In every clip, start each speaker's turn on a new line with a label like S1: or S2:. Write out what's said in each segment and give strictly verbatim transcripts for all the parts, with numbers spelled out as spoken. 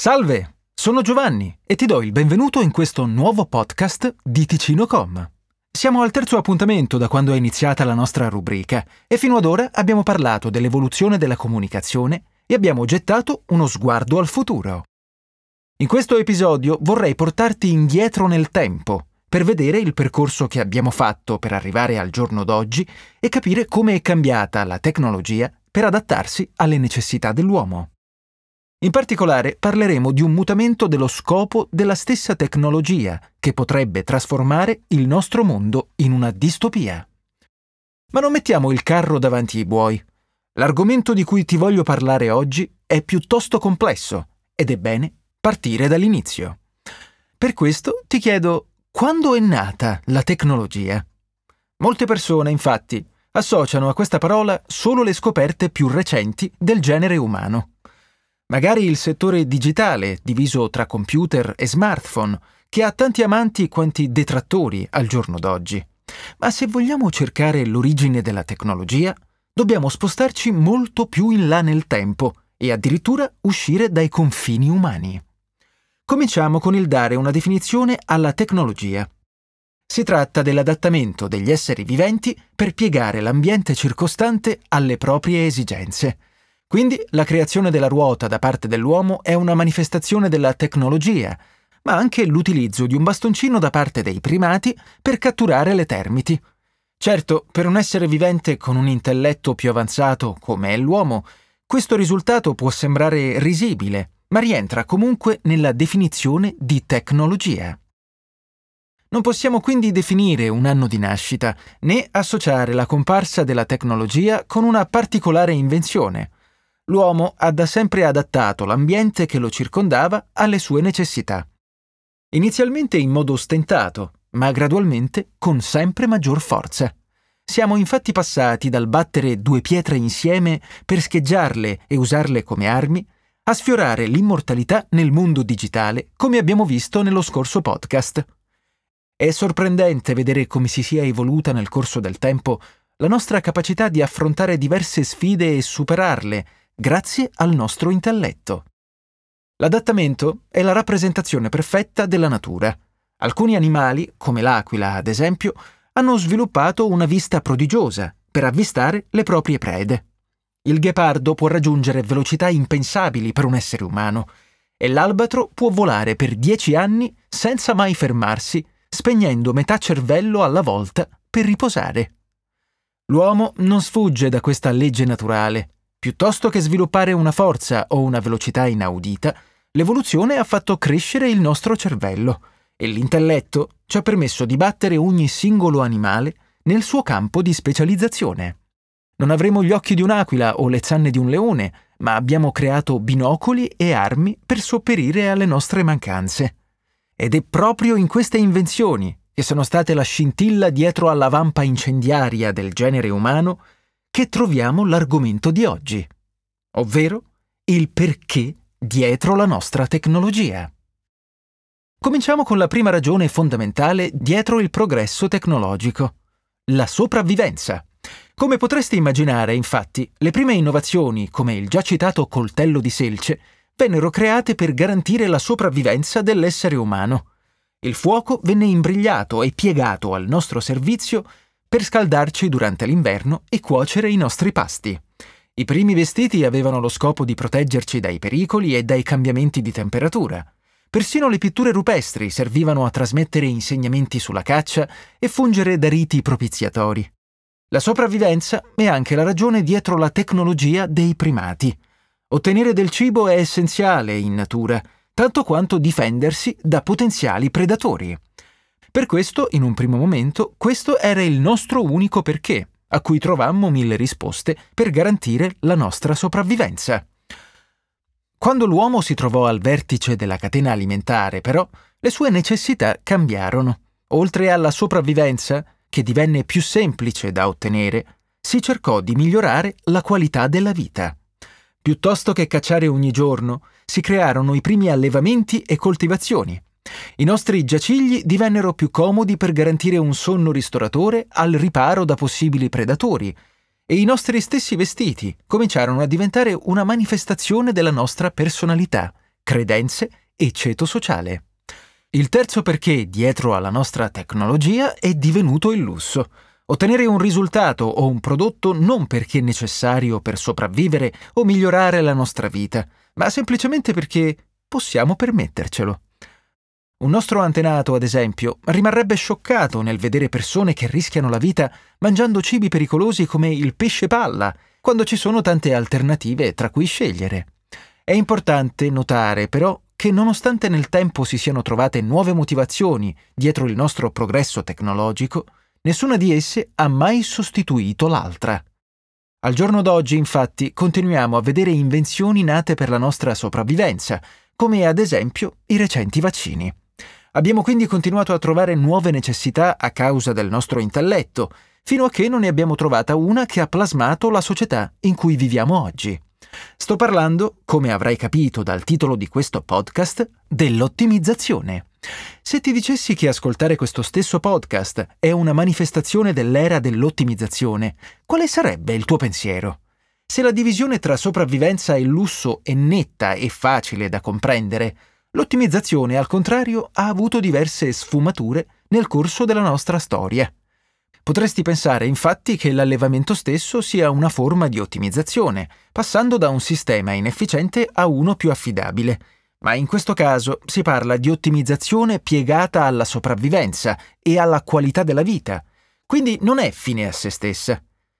S1: Salve, sono Giovanni e ti do il benvenuto in questo nuovo podcast di Ticino punto com. Siamo al terzo appuntamento da quando è iniziata la nostra rubrica e fino ad ora abbiamo parlato dell'evoluzione della comunicazione e abbiamo gettato uno sguardo al futuro. In questo episodio vorrei portarti indietro nel tempo per vedere il percorso che abbiamo fatto per arrivare al giorno d'oggi e capire come è cambiata la tecnologia per adattarsi alle necessità dell'uomo. In particolare parleremo di un mutamento dello scopo della stessa tecnologia che potrebbe trasformare il nostro mondo in una distopia. Ma non mettiamo il carro davanti ai buoi. L'argomento di cui ti voglio parlare oggi è piuttosto complesso ed è bene partire dall'inizio. Per questo ti chiedo: quando è nata la tecnologia? Molte persone, infatti, associano a questa parola solo le scoperte più recenti del genere umano. Magari il settore digitale, diviso tra computer e smartphone, che ha tanti amanti quanti detrattori al giorno d'oggi. Ma se vogliamo cercare l'origine della tecnologia, dobbiamo spostarci molto più in là nel tempo e addirittura uscire dai confini umani. Cominciamo con il dare una definizione alla tecnologia. Si tratta dell'adattamento degli esseri viventi per piegare l'ambiente circostante alle proprie esigenze. Quindi la creazione della ruota da parte dell'uomo è una manifestazione della tecnologia, ma anche l'utilizzo di un bastoncino da parte dei primati per catturare le termiti. Certo, per un essere vivente con un intelletto più avanzato come è l'uomo, questo risultato può sembrare risibile, ma rientra comunque nella definizione di tecnologia. Non possiamo quindi definire un anno di nascita, né associare la comparsa della tecnologia con una particolare invenzione. L'uomo ha da sempre adattato l'ambiente che lo circondava alle sue necessità. Inizialmente in modo stentato, ma gradualmente con sempre maggior forza. Siamo infatti passati dal battere due pietre insieme per scheggiarle e usarle come armi, a sfiorare l'immortalità nel mondo digitale, come abbiamo visto nello scorso podcast. È sorprendente vedere come si sia evoluta nel corso del tempo la nostra capacità di affrontare diverse sfide e superarle, grazie al nostro intelletto. L'adattamento è la rappresentazione perfetta della natura. Alcuni animali, come l'aquila ad esempio, hanno sviluppato una vista prodigiosa per avvistare le proprie prede. Il ghepardo può raggiungere velocità impensabili per un essere umano e l'albatro può volare per dieci anni senza mai fermarsi, spegnendo metà cervello alla volta per riposare. L'uomo non sfugge da questa legge naturale. Piuttosto che sviluppare una forza o una velocità inaudita, l'evoluzione ha fatto crescere il nostro cervello e l'intelletto ci ha permesso di battere ogni singolo animale nel suo campo di specializzazione. Non avremo gli occhi di un'aquila o le zanne di un leone, ma abbiamo creato binocoli e armi per sopperire alle nostre mancanze. Ed è proprio in queste invenzioni, che sono state la scintilla dietro alla vampa incendiaria del genere umano, che troviamo l'argomento di oggi, ovvero il perché dietro la nostra tecnologia. Cominciamo con la prima ragione fondamentale dietro il progresso tecnologico: la sopravvivenza. Come potresti immaginare, infatti, le prime innovazioni, come il già citato coltello di selce, vennero create per garantire la sopravvivenza dell'essere umano. Il fuoco venne imbrigliato e piegato al nostro servizio per scaldarci durante l'inverno e cuocere i nostri pasti. I primi vestiti avevano lo scopo di proteggerci dai pericoli e dai cambiamenti di temperatura. Persino le pitture rupestri servivano a trasmettere insegnamenti sulla caccia e fungere da riti propiziatori. La sopravvivenza è anche la ragione dietro la tecnologia dei primati. Ottenere del cibo è essenziale in natura, tanto quanto difendersi da potenziali predatori. Per questo, in un primo momento, questo era il nostro unico perché, a cui trovammo mille risposte per garantire la nostra sopravvivenza. Quando l'uomo si trovò al vertice della catena alimentare, però, le sue necessità cambiarono. Oltre alla sopravvivenza, che divenne più semplice da ottenere, si cercò di migliorare la qualità della vita. Piuttosto che cacciare ogni giorno, si crearono i primi allevamenti e coltivazioni. I nostri giacigli divennero più comodi per garantire un sonno ristoratore al riparo da possibili predatori, e i nostri stessi vestiti cominciarono a diventare una manifestazione della nostra personalità, credenze e ceto sociale. Il terzo perché dietro alla nostra tecnologia è divenuto il lusso. Ottenere un risultato o un prodotto non perché è necessario per sopravvivere o migliorare la nostra vita, ma semplicemente perché possiamo permettercelo. Un nostro antenato, ad esempio, rimarrebbe scioccato nel vedere persone che rischiano la vita mangiando cibi pericolosi come il pesce palla, quando ci sono tante alternative tra cui scegliere. È importante notare, però, che nonostante nel tempo si siano trovate nuove motivazioni dietro il nostro progresso tecnologico, nessuna di esse ha mai sostituito l'altra. Al giorno d'oggi, infatti, continuiamo a vedere invenzioni nate per la nostra sopravvivenza, come ad esempio i recenti vaccini. Abbiamo quindi continuato a trovare nuove necessità a causa del nostro intelletto, fino a che non ne abbiamo trovata una che ha plasmato la società in cui viviamo oggi. Sto parlando, come avrai capito dal titolo di questo podcast, dell'ottimizzazione. Se ti dicessi che ascoltare questo stesso podcast è una manifestazione dell'era dell'ottimizzazione, quale sarebbe il tuo pensiero? Se la divisione tra sopravvivenza e lusso è netta e facile da comprendere, l'ottimizzazione, al contrario, ha avuto diverse sfumature nel corso della nostra storia. Potresti pensare, infatti, che l'allevamento stesso sia una forma di ottimizzazione, passando da un sistema inefficiente a uno più affidabile. Ma in questo caso si parla di ottimizzazione piegata alla sopravvivenza e alla qualità della vita, quindi non è fine a se stessa.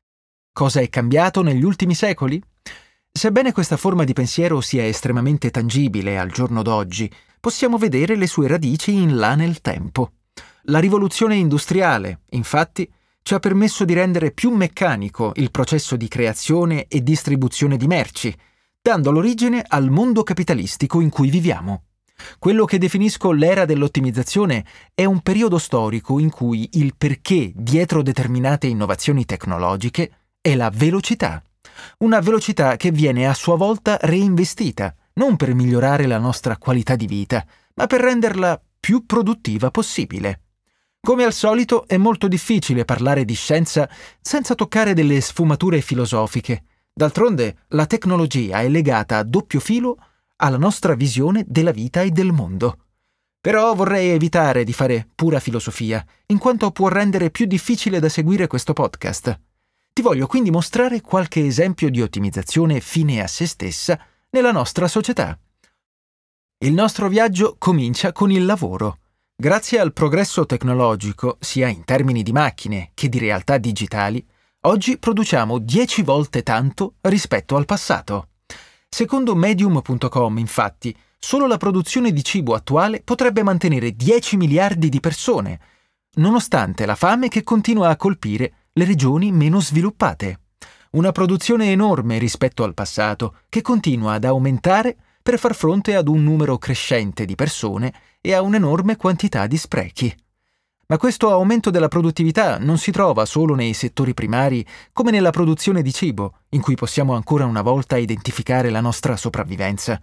S1: Cosa è cambiato negli ultimi secoli? Sebbene questa forma di pensiero sia estremamente tangibile al giorno d'oggi, possiamo vedere le sue radici in là nel tempo. La rivoluzione industriale, infatti, ci ha permesso di rendere più meccanico il processo di creazione e distribuzione di merci, dando l'origine al mondo capitalistico in cui viviamo. Quello che definisco l'era dell'ottimizzazione è un periodo storico in cui il perché dietro determinate innovazioni tecnologiche è la velocità. Una velocità che viene a sua volta reinvestita, non per migliorare la nostra qualità di vita, ma per renderla più produttiva possibile. Come al solito è molto difficile parlare di scienza senza toccare delle sfumature filosofiche. D'altronde la tecnologia è legata a doppio filo alla nostra visione della vita e del mondo. Però vorrei evitare di fare pura filosofia, in quanto può rendere più difficile da seguire questo podcast. Ti voglio quindi mostrare qualche esempio di ottimizzazione fine a se stessa nella nostra società. Il nostro viaggio comincia con il lavoro. Grazie al progresso tecnologico, sia in termini di macchine che di realtà digitali, oggi produciamo dieci volte tanto rispetto al passato. Secondo medium punto com, infatti, solo la produzione di cibo attuale potrebbe mantenere dieci miliardi di persone, nonostante la fame che continua a colpire le regioni meno sviluppate. Una produzione enorme rispetto al passato, che continua ad aumentare per far fronte ad un numero crescente di persone e a un'enorme quantità di sprechi. Ma questo aumento della produttività non si trova solo nei settori primari come nella produzione di cibo, in cui possiamo ancora una volta identificare la nostra sopravvivenza.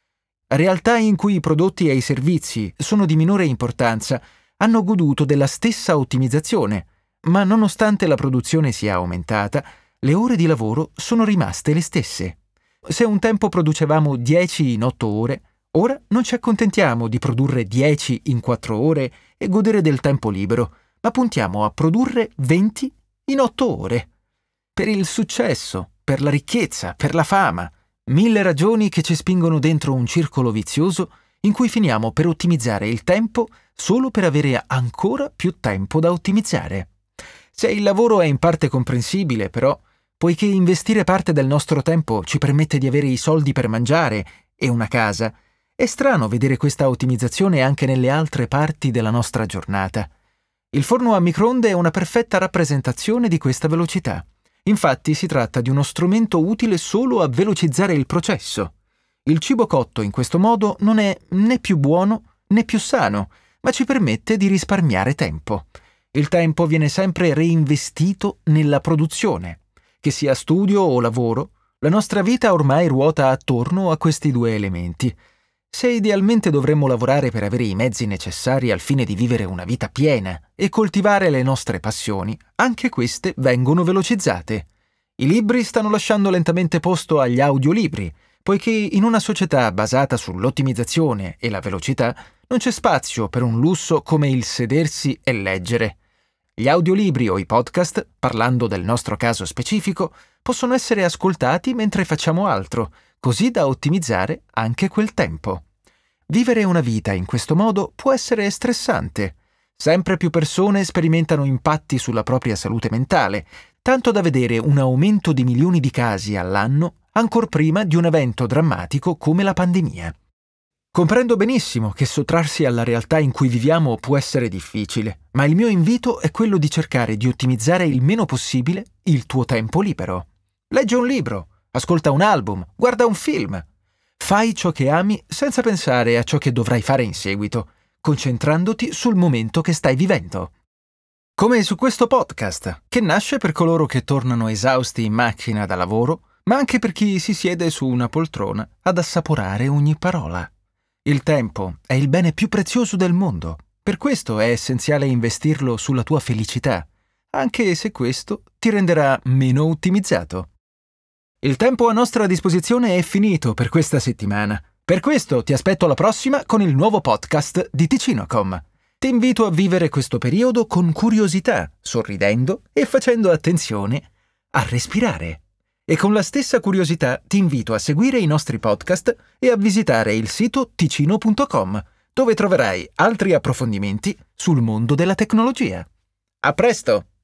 S1: Realtà in cui i prodotti e i servizi sono di minore importanza hanno goduto della stessa ottimizzazione, ma nonostante la produzione sia aumentata, le ore di lavoro sono rimaste le stesse. Se un tempo producevamo dieci in otto ore, ora non ci accontentiamo di produrre dieci in quattro ore e godere del tempo libero, ma puntiamo a produrre venti in otto ore. Per il successo, per la ricchezza, per la fama, mille ragioni che ci spingono dentro un circolo vizioso in cui finiamo per ottimizzare il tempo solo per avere ancora più tempo da ottimizzare. Se il lavoro è in parte comprensibile, però, poiché investire parte del nostro tempo ci permette di avere i soldi per mangiare e una casa, è strano vedere questa ottimizzazione anche nelle altre parti della nostra giornata. Il forno a microonde è una perfetta rappresentazione di questa velocità. Infatti si tratta di uno strumento utile solo a velocizzare il processo. Il cibo cotto in questo modo non è né più buono né più sano, ma ci permette di risparmiare tempo. Il tempo viene sempre reinvestito nella produzione. Che sia studio o lavoro, la nostra vita ormai ruota attorno a questi due elementi. Se idealmente dovremmo lavorare per avere i mezzi necessari al fine di vivere una vita piena e coltivare le nostre passioni, anche queste vengono velocizzate. I libri stanno lasciando lentamente posto agli audiolibri, poiché in una società basata sull'ottimizzazione e la velocità non c'è spazio per un lusso come il sedersi e leggere. Gli audiolibri o i podcast, parlando del nostro caso specifico, possono essere ascoltati mentre facciamo altro, così da ottimizzare anche quel tempo. Vivere una vita in questo modo può essere stressante. Sempre più persone sperimentano impatti sulla propria salute mentale, tanto da vedere un aumento di milioni di casi all'anno ancor prima di un evento drammatico come la pandemia. Comprendo benissimo che sottrarsi alla realtà in cui viviamo può essere difficile, ma il mio invito è quello di cercare di ottimizzare il meno possibile il tuo tempo libero. Leggi un libro, ascolta un album, guarda un film. Fai ciò che ami senza pensare a ciò che dovrai fare in seguito, concentrandoti sul momento che stai vivendo. Come su questo podcast, che nasce per coloro che tornano esausti in macchina da lavoro, ma anche per chi si siede su una poltrona ad assaporare ogni parola. Il tempo è il bene più prezioso del mondo, per questo è essenziale investirlo sulla tua felicità, anche se questo ti renderà meno ottimizzato. Il tempo a nostra disposizione è finito per questa settimana. Per questo ti aspetto alla prossima con il nuovo podcast di Ticinocom. Ti invito a vivere questo periodo con curiosità, sorridendo e facendo attenzione a respirare. E con la stessa curiosità ti invito a seguire i nostri podcast e a visitare il sito ticino punto com, dove troverai altri approfondimenti sul mondo della tecnologia. A presto!